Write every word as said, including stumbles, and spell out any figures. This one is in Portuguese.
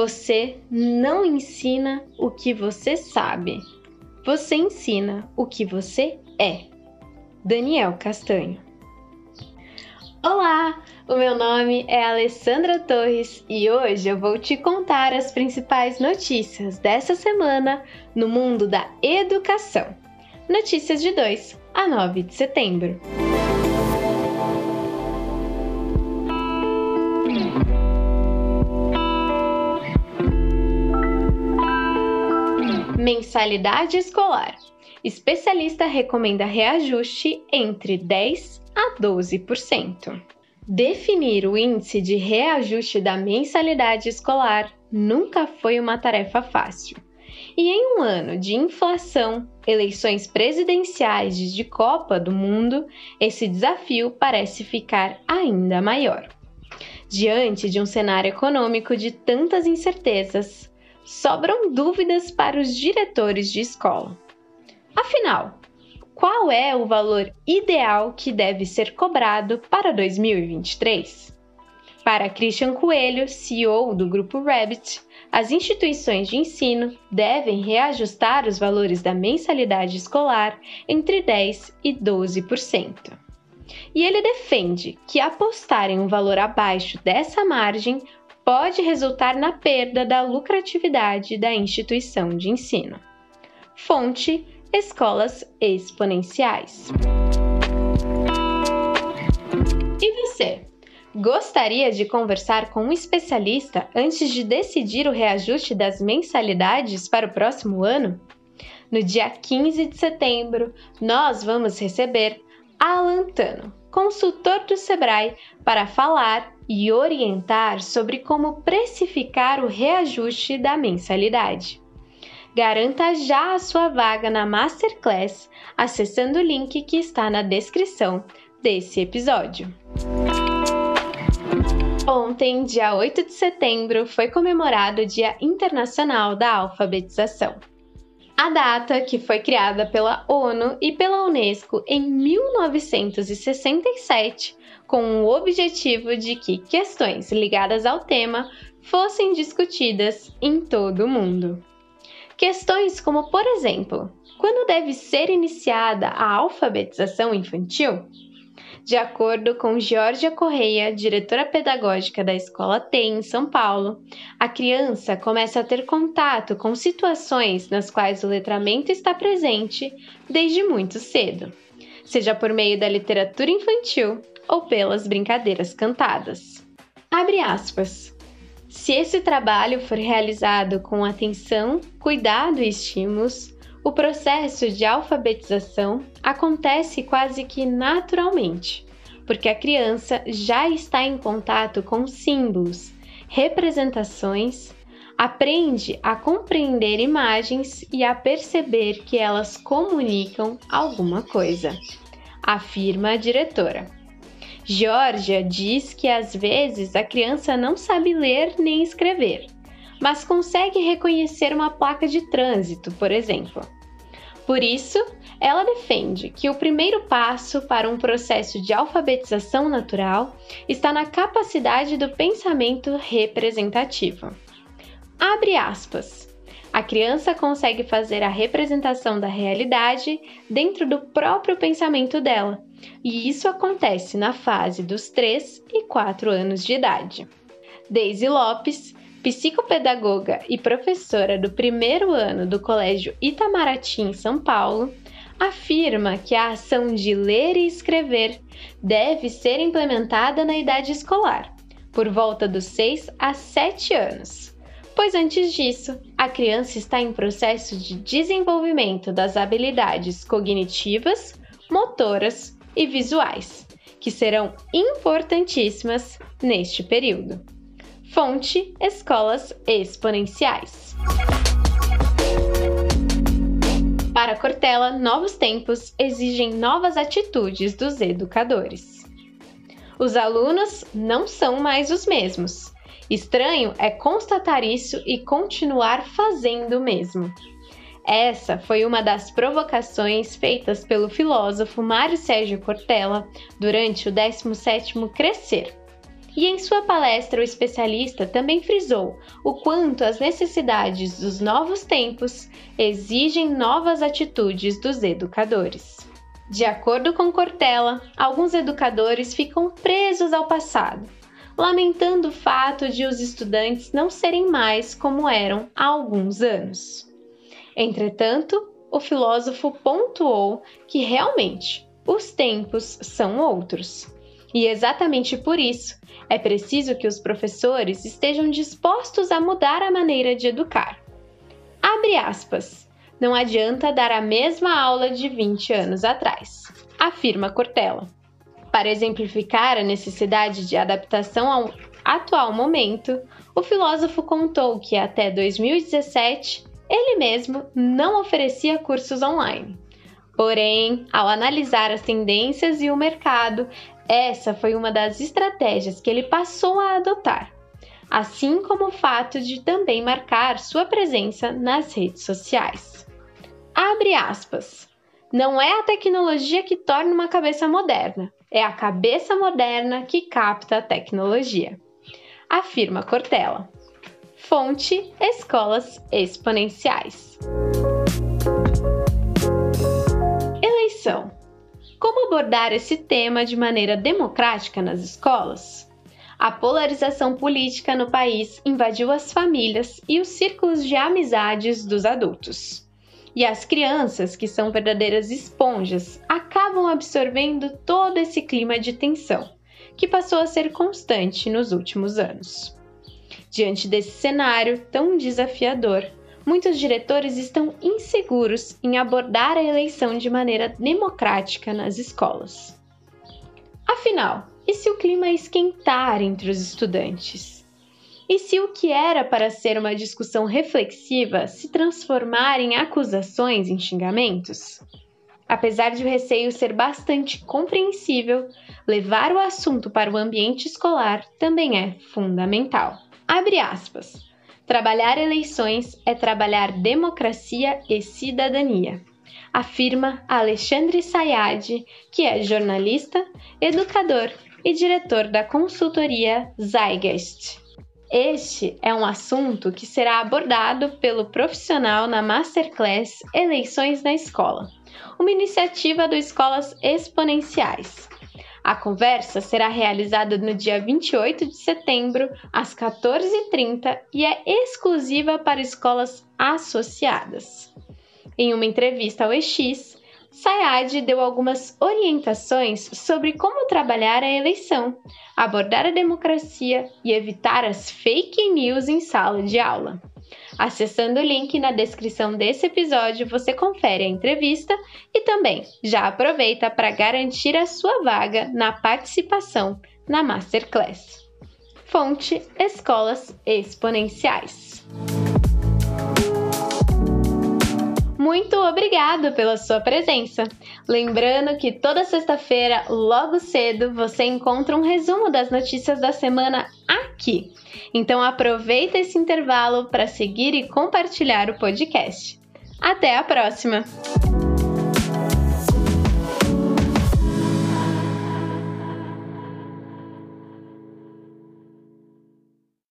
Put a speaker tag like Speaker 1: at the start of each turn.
Speaker 1: Você não ensina o que você sabe. Você ensina o que você é. Daniel Castanho. Olá, o meu nome é Alessandra Torres e hoje eu vou te contar as principais notícias dessa semana no mundo da educação. Notícias de dois a nove de setembro. Mensalidade escolar. Especialista recomenda reajuste entre dez a doze por cento. Definir o índice de reajuste da mensalidade escolar nunca foi uma tarefa fácil. E em um ano de inflação, eleições presidenciais e de Copa do Mundo, esse desafio parece ficar ainda maior. Diante de um cenário econômico de tantas incertezas, sobram dúvidas para os diretores de escola. Afinal, qual é o valor ideal que deve ser cobrado para dois mil e vinte e três? Para Christian Coelho, C E O do Grupo Rabbit, as instituições de ensino devem reajustar os valores da mensalidade escolar entre dez e doze por cento. E ele defende que apostar em um valor abaixo dessa margem pode resultar na perda da lucratividade da instituição de ensino. Fonte: Escolas Exponenciais. E você? Gostaria de conversar com um especialista antes de decidir o reajuste das mensalidades para o próximo ano? No dia quinze de setembro, nós vamos receber Alan Tano, consultor do Sebrae, para falar e orientar sobre como precificar o reajuste da mensalidade. Garanta já a sua vaga na Masterclass acessando o link que está na descrição desse episódio. Ontem, dia oito de setembro, foi comemorado o Dia Internacional da Alfabetização. A data, que foi criada pela ONU e pela Unesco em mil novecentos e sessenta e sete, com o objetivo de que questões ligadas ao tema fossem discutidas em todo o mundo. Questões como, por exemplo, quando deve ser iniciada a alfabetização infantil? De acordo com Georgia Correia, diretora pedagógica da Escola T em São Paulo, a criança começa a ter contato com situações nas quais o letramento está presente desde muito cedo, seja por meio da literatura infantil ou pelas brincadeiras cantadas. Abre aspas. Se esse trabalho for realizado com atenção, cuidado e estímulos, o processo de alfabetização acontece quase que naturalmente, porque a criança já está em contato com símbolos, representações, aprende a compreender imagens e a perceber que elas comunicam alguma coisa, afirma a diretora. Georgia diz que às vezes a criança não sabe ler nem escrever, mas consegue reconhecer uma placa de trânsito, por exemplo. Por isso, ela defende que o primeiro passo para um processo de alfabetização natural está na capacidade do pensamento representativo. Abre aspas. A criança consegue fazer a representação da realidade dentro do próprio pensamento dela, e isso acontece na fase dos três e quatro anos de idade. Daisy Lopes, psicopedagoga e professora do primeiro ano do Colégio Itamaraty em São Paulo, afirma que a ação de ler e escrever deve ser implementada na idade escolar, por volta dos seis a sete anos, pois antes disso, a criança está em processo de desenvolvimento das habilidades cognitivas, motoras e visuais, que serão importantíssimas neste período. Fonte: Escolas Exponenciais. Para Cortella, novos tempos exigem novas atitudes dos educadores. Os alunos não são mais os mesmos. Estranho é constatar isso e continuar fazendo o mesmo. Essa foi uma das provocações feitas pelo filósofo Mário Sérgio Cortella durante o décimo sétimo Crescer. E em sua palestra, o especialista também frisou o quanto as necessidades dos novos tempos exigem novas atitudes dos educadores. De acordo com Cortella, alguns educadores ficam presos ao passado, lamentando o fato de os estudantes não serem mais como eram há alguns anos. Entretanto, o filósofo pontuou que realmente os tempos são outros. E exatamente por isso, é preciso que os professores estejam dispostos a mudar a maneira de educar. Abre aspas. Não adianta dar a mesma aula de vinte anos atrás, afirma Cortella. Para exemplificar a necessidade de adaptação ao atual momento, o filósofo contou que até dois mil e dezessete, ele mesmo não oferecia cursos online. Porém, ao analisar as tendências e o mercado, essa foi uma das estratégias que ele passou a adotar, assim como o fato de também marcar sua presença nas redes sociais. Abre aspas. Não é a tecnologia que torna uma cabeça moderna, é a cabeça moderna que capta a tecnologia, afirma Cortella. Fonte: Escolas Exponenciais. Eleição. Como abordar esse tema de maneira democrática nas escolas? A polarização política no país invadiu as famílias e os círculos de amizades dos adultos. E as crianças, que são verdadeiras esponjas, acabam absorvendo todo esse clima de tensão, que passou a ser constante nos últimos anos. Diante desse cenário tão desafiador, muitos diretores estão inseguros em abordar a eleição de maneira democrática nas escolas. Afinal, e se o clima esquentar entre os estudantes? E se o que era para ser uma discussão reflexiva se transformar em acusações e xingamentos? Apesar de o receio ser bastante compreensível, levar o assunto para o ambiente escolar também é fundamental. Abre aspas. Trabalhar eleições é trabalhar democracia e cidadania, afirma Alexandre Sayad, que é jornalista, educador e diretor da consultoria Zeitgeist. Este é um assunto que será abordado pelo profissional na Masterclass Eleições na Escola, uma iniciativa do Escolas Exponenciais. A conversa será realizada no dia vinte e oito de setembro, às quatorze e trinta, e é exclusiva para escolas associadas. Em uma entrevista ao E X, Sayad deu algumas orientações sobre como trabalhar a eleição, abordar a democracia e evitar as fake news em sala de aula. Acessando o link na descrição desse episódio, você confere a entrevista e também já aproveita para garantir a sua vaga na participação na Masterclass. Fonte: Escolas Exponenciais. Muito obrigado pela sua presença! Lembrando que toda sexta-feira, logo cedo, você encontra um resumo das notícias da semana aqui. Então aproveita esse intervalo para seguir e compartilhar o podcast. Até a próxima!